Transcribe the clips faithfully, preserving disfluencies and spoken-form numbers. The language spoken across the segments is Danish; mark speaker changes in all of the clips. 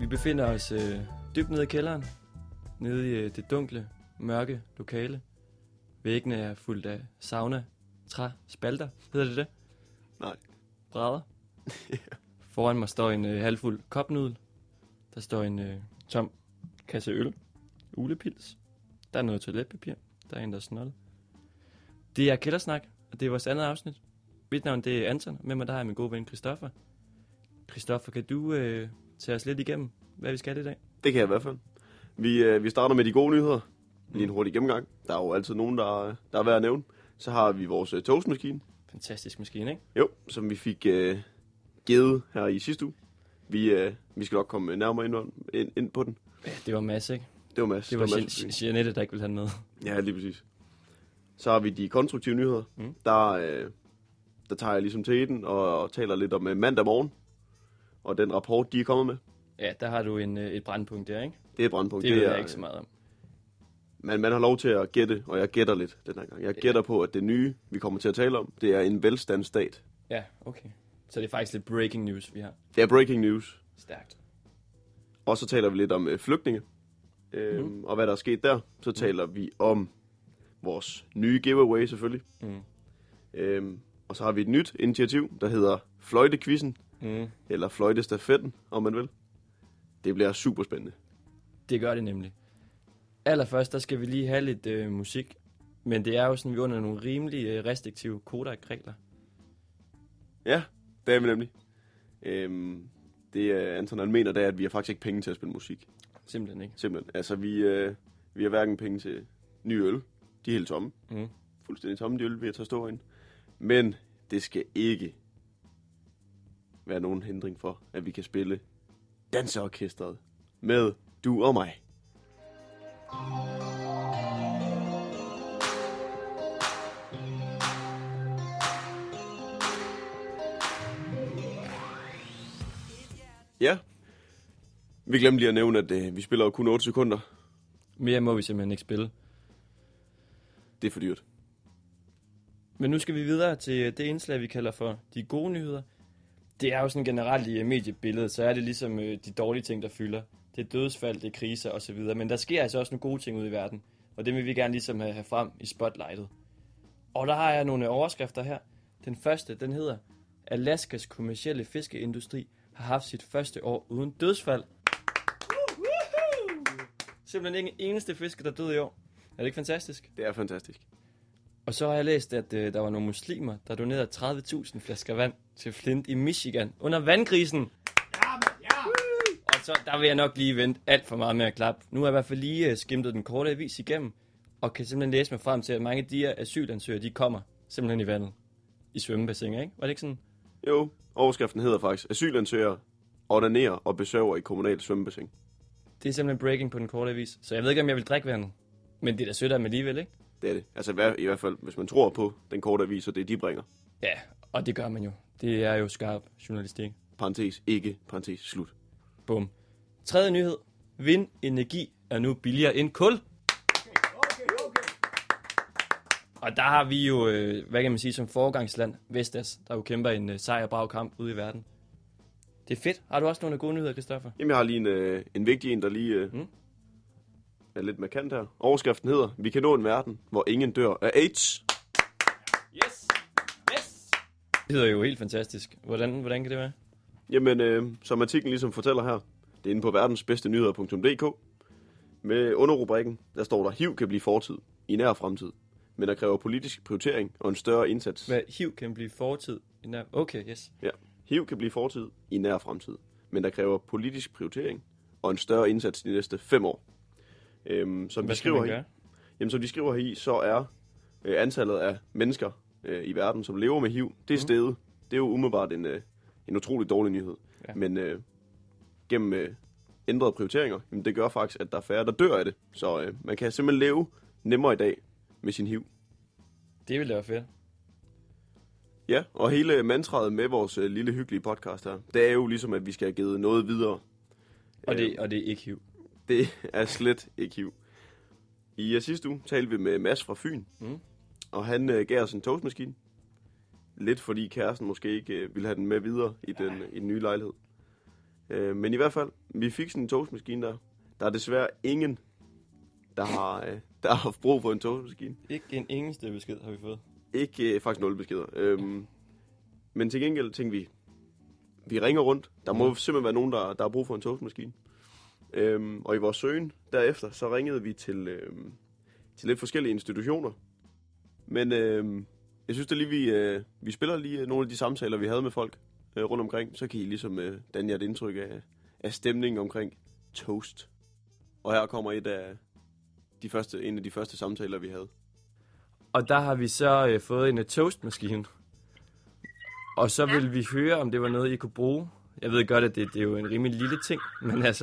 Speaker 1: Vi befinder os øh, dybt nede i kælderen, nede i øh, det dunkle, mørke lokale. Væggene er fuldt af sauna, træ, spalter, hedder det det?
Speaker 2: Nej.
Speaker 1: Brædder. Foran mig står en øh, halvfuld kopnudel. Der står en øh, tom kasse øl. Ulepils. Der er noget toiletpapir. Der er en, der er snollet. Det er Kældersnak, og det er vores andet afsnit. Mit navn det er Anton, med mig der er min gode ven Christoffer. Christoffer, kan du øh, tage os lidt igennem, hvad vi skal i dag?
Speaker 2: Det kan jeg i hvert fald. Vi, øh, vi starter med de gode nyheder. Lige en hurtig gennemgang. Der er jo altid nogen, der, der er værd at nævne. Så har vi vores øh, toastmaskine.
Speaker 1: Fantastisk maskine, ikke?
Speaker 2: Jo, som vi fik øh, givet her i sidste uge. Vi, øh, vi skal nok komme nærmere ind, ind, ind på den.
Speaker 1: Ja, det var Mads, ikke?
Speaker 2: Det var Mads.
Speaker 1: Det var,
Speaker 2: det var Mads,
Speaker 1: Jean- Jeanette, der ikke ville have den med.
Speaker 2: Ja, lige præcis. Så har vi de konstruktive nyheder. Mm. Der, øh, der tager jeg ligesom til den og, og taler lidt om øh, mandag morgen. Og den rapport, de er kommet med.
Speaker 1: Ja, der har du en, øh, et brandpunkt der, ikke?
Speaker 2: Det er et brandpunkt.
Speaker 1: Det ved
Speaker 2: det er,
Speaker 1: jeg ikke så meget om.
Speaker 2: Men man har lov til at gætte, og jeg gætter lidt den her gang. Jeg gætter på, at det nye, vi kommer til at tale om, det er en velstandsstat.
Speaker 1: Ja, okay. Så det er faktisk lidt breaking news, vi har.
Speaker 2: Det er breaking news.
Speaker 1: Stærkt.
Speaker 2: Og så taler vi lidt om øh, flygtninge, øh, mm. og hvad der er sket der. Så taler mm. vi om vores nye giveaway selvfølgelig. Mm. Øh, og så har vi et nyt initiativ, der hedder Fløjtekvisten, mm. eller Fløjtestafetten, om man vil. Det bliver super spændende.
Speaker 1: Det gør det nemlig. Allerførst, der skal vi lige have lidt øh, musik. Men det er jo sådan, vi er under nogle rimelig øh, restriktive Kodak-regler.
Speaker 2: Ja, det er vi nemlig. Øhm, det er Anton, han mener, det er, at vi har faktisk ikke penge til at spille musik.
Speaker 1: Simpelthen ikke.
Speaker 2: Simpelthen. Altså, vi, øh, vi har hverken penge til nye øl. De er helt tomme. Mm. Fuldstændig tomme, de øl, vi har taget stå herinde. Men det skal ikke være nogen hindring for, at vi kan spille danseorkestret med du og mig. Ja, vi glemte lige at nævne, at øh, vi spiller jo kun otte sekunder.
Speaker 1: Mere må vi simpelthen ikke spille.
Speaker 2: Det er for dyrt.
Speaker 1: Men nu skal vi videre til det indslag, vi kalder for de gode nyheder. Det er jo sådan generelt i mediebilledet, så er det ligesom øh, de dårlige ting, der fylder. Det er dødsfald, det er kriser osv. Men der sker altså også nogle gode ting ude i verden. Og det vil vi gerne ligesom have, have frem i spotlightet. Og der har jeg nogle overskrifter her. Den første, den hedder: Alaskas kommercielle fiskeindustri har haft sit første år uden dødsfald. Simpelthen ingen eneste fisker, der døde i år. Er det ikke fantastisk?
Speaker 2: Det er fantastisk.
Speaker 1: Og så har jeg læst, at øh, der var nogle muslimer, der donerede tredive tusind flasker vand til Flint i Michigan under vandkrisen.
Speaker 3: Ja, man, ja.
Speaker 1: Og så der vil jeg nok lige vente alt for meget med at klappe. Nu har jeg i hvert fald lige øh, skimtet den korte avis igennem, og kan simpelthen læse mig frem til, at mange af de her asylansøgere, de kommer simpelthen i vandet. I svømmebassiner, ikke? Var det ikke sådan?
Speaker 2: Jo, overskriften hedder faktisk: Asylansøgere ordinerer og besøger i kommunalt svømmebassin.
Speaker 1: Det er simpelthen breaking på den korte avis. Så jeg ved ikke, om jeg vil drikke vandet. Men det er da sødt af dem alligevel, ikke?
Speaker 2: Det er det. Altså i hvert fald, hvis man tror på den korte avis, og det de bringer.
Speaker 1: Ja, og det gør man jo. Det er jo skarp journalistik.
Speaker 2: Parentes ikke, parentes slut.
Speaker 1: Bum. Tredje nyhed. Vindenergi er nu billigere end kul.
Speaker 3: Okay, okay.
Speaker 1: Og der har vi jo, øh, hvad kan man sige, som foregangsland, Vestas, der jo kæmper en øh, sejr og brav kamp ude i verden. Det er fedt. Har du også nogle gode nyheder, Christoffer?
Speaker 2: Jamen, jeg har lige en, øh, en vigtig en, der lige øh, mm. er lidt markant her. Overskriften hedder: Vi kan nå en verden, hvor ingen dør af AIDS.
Speaker 1: Yes! Yes! Det hedder jo helt fantastisk. Hvordan, hvordan kan det være?
Speaker 2: Jamen, øh, som artiklen ligesom fortæller her, det er inde på verdensbedstenyheder punktum d k. Med underrubrikken, der står der: H I V kan blive fortid i nær fremtid, men der kræver politisk prioritering og en større indsats.
Speaker 1: Hvad? H I V kan blive fortid i nær... Okay, yes.
Speaker 2: Ja, H I V kan blive fortid i nær fremtid, men der kræver politisk prioritering og en større indsats de næste fem år. Øhm, som,
Speaker 1: Hvad
Speaker 2: de skriver
Speaker 1: man
Speaker 2: her, jamen, som de skriver her i, så er øh, antallet af mennesker øh, i verden, som lever med H I V, det er steget. Det er jo umiddelbart en, øh, en utrolig dårlig nyhed. Ja. Men øh, gennem øh, ændrede prioriteringer, jamen, det gør faktisk, at der er færre, der dør af det. Så øh, man kan simpelthen leve nemmere i dag med sin H I V.
Speaker 1: Det ville da være fedt.
Speaker 2: Ja, og hele mantraet med vores øh, lille hyggelige podcast her, det er jo ligesom, at vi skal have givet noget videre.
Speaker 1: Og det, og det er ikke H I V.
Speaker 2: Det er slet ikke H I V. I uh, sidste uge talte vi med Mads fra Fyn, mm. og han uh, gav os en toastmaskine. Lidt fordi kæresten måske ikke uh, ville have den med videre i den, i den nye lejlighed. Øh, men i hvert fald, vi fik sådan en toastmaskine der. Der er desværre ingen, der har, øh, der har haft brug for en toastmaskine.
Speaker 1: Ikke en eneste besked har vi fået.
Speaker 2: Ikke øh, faktisk nul beskeder. Øhm, men til gengæld tænkte vi, vi ringer rundt. Der må mm. simpelthen være nogen, der, der har brug for en toastmaskine. Øhm, og i vores søgen derefter, så ringede vi til, øhm, til lidt forskellige institutioner. Men øhm, jeg synes da lige, vi, øh, vi spiller lige nogle af de samtaler, vi havde med folk øh, rundt omkring. Så kan I ligesom øh, danne jer et indtryk af, af stemningen omkring toast. Og her kommer et af de første, en af de første samtaler, vi havde.
Speaker 1: Og der har vi så øh, fået en uh, toastmaskine. Og så vil vi høre, om det var noget, I kunne bruge. Jeg ved godt, at det, det er jo en rimelig lille ting, men altså...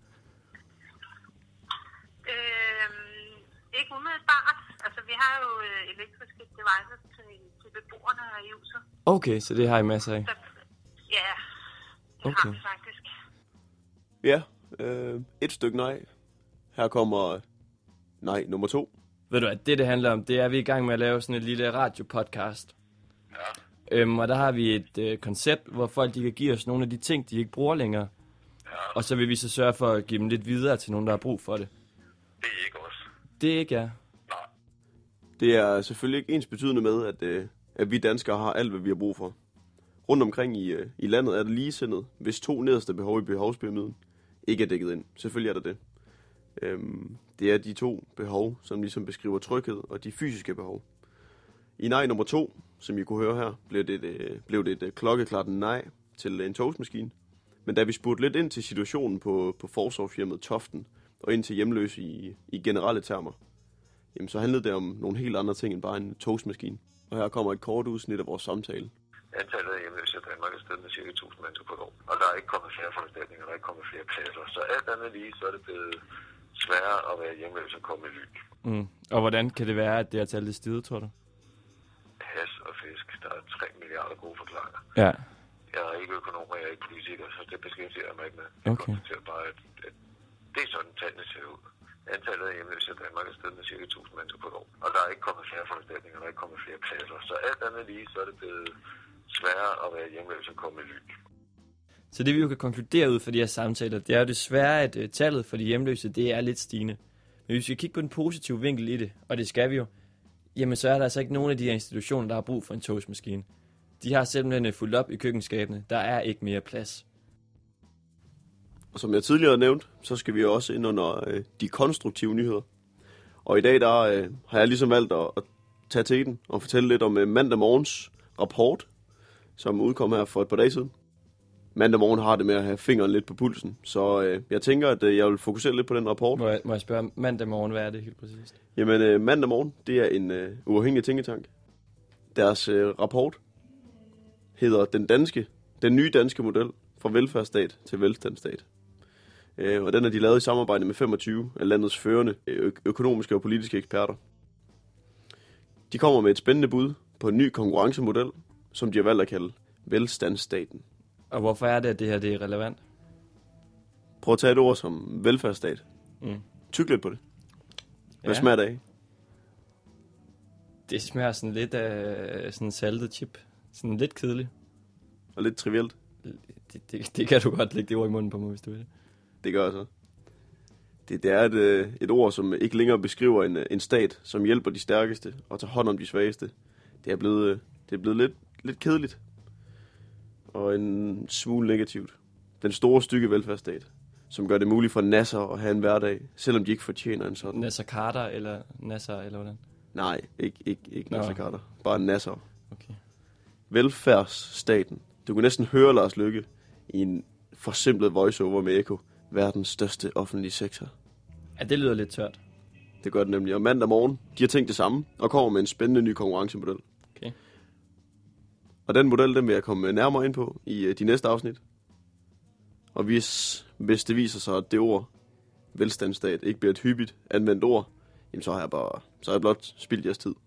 Speaker 4: Øhm, ikke umiddelbart. Altså, vi har jo øh, elektriske devices til, til beboerne her i huset.
Speaker 1: Okay, så det har I masser af?
Speaker 4: Så, ja, det
Speaker 1: okay.
Speaker 4: har vi faktisk.
Speaker 2: Ja, øh, et stykke nej. Her kommer nej nummer to.
Speaker 1: Ved du, at det, det handler om, det er, at vi er i gang med at lave sådan et lille radiopodcast. Ja. Øhm, og der har vi et øh, koncept, hvor folk de kan give os nogle af de ting, de ikke bruger længere. Ja. Og så vil vi så sørge for at give dem lidt videre til nogen, der har brug for det.
Speaker 5: Det er ikke os.
Speaker 1: Det er ikke jer.
Speaker 5: Nej.
Speaker 2: Det er selvfølgelig ikke ens betydende med, at, øh, at vi danskere har alt, hvad vi har brug for. Rundt omkring i, øh, i landet er det ligesindet, hvis to nederste behov i behovspyramiden ikke er dækket ind. Selvfølgelig er der det. Øhm, det er de to behov, som ligesom beskriver tryghed og de fysiske behov. I nej nummer to, som I kunne høre her, blev det et, blev det et klokkeklart nej til en toastmaskine. Men da vi spurgte lidt ind til situationen på, på forsorgsfirmaet Toften, og ind til hjemløse i, i generelle termer, jamen så handlede det om nogle helt andre ting end bare en toastmaskine. Og her kommer et kort udsnit af vores samtale.
Speaker 5: Antallet af hjemløse i Danmark er steget med cirka tusind mennesker på et år. Og der er ikke kommet flere foranstaltninger, der er ikke kommet flere pladser. Så alt andet lige, så er det blevet sværere at være hjemløs og komme i ly.
Speaker 1: Mm. Og hvordan kan det være, at det er tallet er steget, tror du?
Speaker 5: Has og fisk. Der er tre milliarder gode forklaringer.
Speaker 1: Ja.
Speaker 5: Jeg er ikke økonom, og jeg er ikke politiker, så det beskæftiger jeg mig ikke med.
Speaker 1: Okay.
Speaker 5: Jeg konstaterer bare, at, at det er sådan, tallene ser ud. Antallet af hjemløse i Danmark er steget med cirka tusind mennesker på et år. Og der er ikke kommet flere foranstaltninger, der er ikke kommet flere pladser. Så alt andet lige, så er det blevet sværere at være hjemløs og komme i ly.
Speaker 1: Så det vi jo kan konkludere ud fra de her samtaler, det er jo desværre, at uh, tallet for de hjemløse, det er lidt stigende. Men hvis vi kigger på den positive vinkel i det, og det skal vi jo, jamen så er der altså ikke nogen af de her institutioner, der har brug for en toastmaskine. De har simpelthen fuldt op i køkkenskabene. Der er ikke mere plads.
Speaker 2: Og som jeg tidligere har nævnt, så skal vi også ind under øh, de konstruktive nyheder. Og i dag der øh, har jeg ligesom valgt at, at tage til den og fortælle lidt om øh, mandag morgens rapport, som udkom her for et par dage siden. Mandag morgen har det med at have fingeren lidt på pulsen, så øh, jeg tænker, at øh, jeg vil fokusere lidt på den rapport.
Speaker 1: Må jeg, må jeg spørge, mandag morgen, hvad er det helt præcist?
Speaker 2: Jamen, øh, mandag morgen, det er en øh, uafhængig tænketank. Deres øh, rapport hedder den danske, den nye danske model fra velfærdsstat til velstandsstat. Øh, og den er de lavet i samarbejde med femogtyve af landets førende ø- økonomiske og politiske eksperter. De kommer med et spændende bud på en ny konkurrencemodel, som de har valgt at kalde velstandsstaten.
Speaker 1: Og hvorfor er det, at det her det er relevant?
Speaker 2: Prøv at tage et ord som velfærdsstat.
Speaker 1: Mm.
Speaker 2: Tyk lidt på det. Hvad
Speaker 1: Ja.
Speaker 2: smager det af?
Speaker 1: Det smager sådan lidt af sådan saltet chip. Sådan lidt kedeligt.
Speaker 2: Og lidt trivielt.
Speaker 1: Det, det, det kan du godt lægge det ord i munden på mig, hvis du vil det.
Speaker 2: Det gør jeg så. Det, det er et, øh, et ord, som ikke længere beskriver en, en stat, som hjælper de stærkeste og tager hånd om de svageste. Det er blevet, øh, det er blevet lidt, lidt kedeligt. Og en smule negativt. Den store stykke velfærdsstat, som gør det muligt for Nasser at have en hverdag, selvom de ikke fortjener en sådan.
Speaker 1: Nasser Carter eller Nasser, eller hvordan?
Speaker 2: Nej, ikke, ikke, ikke
Speaker 1: Nå.
Speaker 2: Nasser Carter. Bare Nasser.
Speaker 1: Okay.
Speaker 2: Velfærdsstaten. Du kan næsten høre Lars Løkke i en forsimplet voiceover med Eko. Verdens største offentlige sektor.
Speaker 1: Ja, det lyder lidt tørt.
Speaker 2: Det gør det nemlig. Og mandag morgen, de har tænkt det samme, og kommer med en spændende ny konkurrencemodel.
Speaker 1: Okay.
Speaker 2: Og den model, den vil jeg komme nærmere ind på i de næste afsnit. Og hvis, hvis det viser sig, at det ord, velstandsstat, ikke bliver et hyppigt anvendt ord, jamen så har jeg bare, så har jeg blot spildt jeres tid.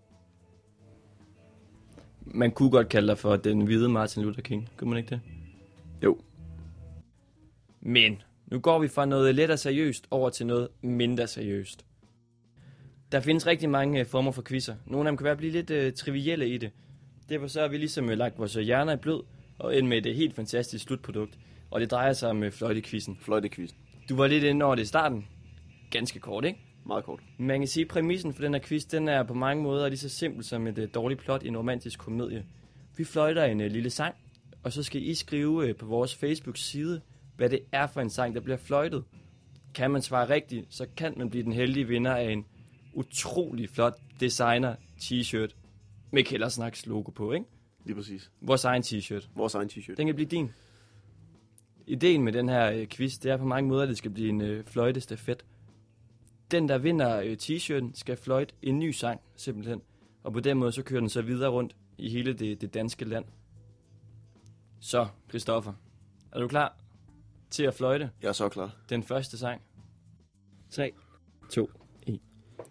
Speaker 1: Man kunne godt kalde dig for den hvide Martin Luther King. Kunne man ikke det?
Speaker 2: Jo.
Speaker 1: Men nu går vi fra noget let og seriøst over til noget mindre seriøst. Der findes rigtig mange former for quizzer. Nogle af dem kan være blive lidt uh, trivielle i det. Derfor så har vi ligesom uh, lagt vores hjerner i blød og ind med et uh, helt fantastisk slutprodukt. Og det drejer sig om øh, fløjtekvisten.
Speaker 2: Fløjtekvisten.
Speaker 1: Du var lidt inde over det i starten. Ganske kort, ikke?
Speaker 2: Meget kort.
Speaker 1: Man kan sige, at præmissen for den her quiz, den er på mange måder lige så simpel som et øh, dårligt plot i en romantisk komedie. Vi fløjter en øh, lille sang, og så skal I skrive øh, på vores Facebook-side, hvad det er for en sang, der bliver fløjtet. Kan man svare rigtigt, så kan man blive den heldige vinder af en utrolig flot designer t-shirt med Kældersnaks logo på, ikke?
Speaker 2: Lige præcis.
Speaker 1: Vores egen t-shirt.
Speaker 2: Vores egen t-shirt.
Speaker 1: Den kan blive din. Ideen med den her øh, quiz, det er på mange måder, at det skal blive en øh, fløjtestafet. Den, der vinder øh, t-shirten, skal fløjte en ny sang, simpelthen. Og på den måde, så kører den så videre rundt i hele det, det danske land. Så, Christoffer, er du klar til at fløjte
Speaker 2: Jeg er så klar.
Speaker 1: den første sang? tre, to, et.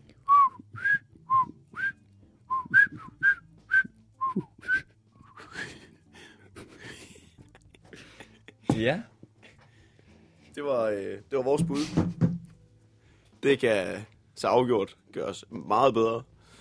Speaker 1: Ja.
Speaker 2: Det var, øh, det var vores bud. Det kan så afgjort gøres meget bedre.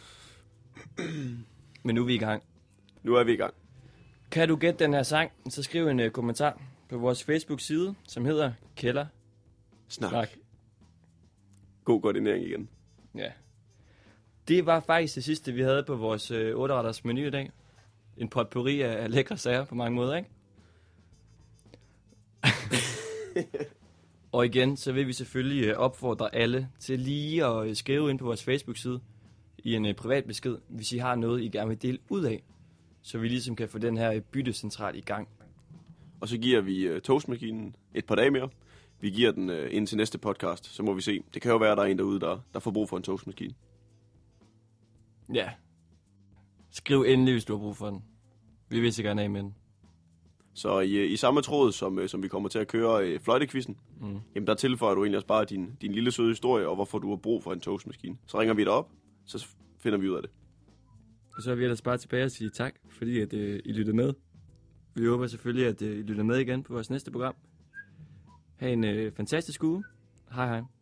Speaker 1: Men nu er vi i gang.
Speaker 2: Nu er vi i gang.
Speaker 1: Kan du gætte den her sang, så skriv en uh, kommentar på vores Facebook-side, som hedder Kælder
Speaker 2: Snak.
Speaker 1: Snak.
Speaker 2: God koordinering igen.
Speaker 1: Ja. Det var faktisk det sidste, vi havde på vores uh, otte-retters menu i dag. En potpourri af, af lækre sager på mange måder, ikke? Og igen, så vil vi selvfølgelig uh, opfordre alle til lige at uh, skrive ind på vores Facebook-side i en uh, privat besked, hvis I har noget, I gerne vil dele ud af. Så vi ligesom kan få den her byttecentral i gang.
Speaker 2: Og så giver vi uh, toastmaskinen et par dage mere. Vi giver den uh, ind til næste podcast, så må vi se. Det kan jo være, at der er en derude, der, der får brug for en toastmaskine.
Speaker 1: Ja. Skriv endelig, hvis du har brug for den. Vi vil så gerne af med den.
Speaker 2: Så i, i samme tråd, som, uh, som vi kommer til at køre uh, fløjtekvisten, mm. jamen der tilføjer du egentlig også bare din, din lille søde historie, og hvorfor du har brug for en toastmaskine. Så ringer vi dig op, så finder vi ud af det.
Speaker 1: Og så er vi ellers bare tilbage og sige tak, fordi at, øh, I lyttede med. Vi håber selvfølgelig, at øh, I lytter med igen på vores næste program. Ha' en øh, fantastisk uge. Hej hej.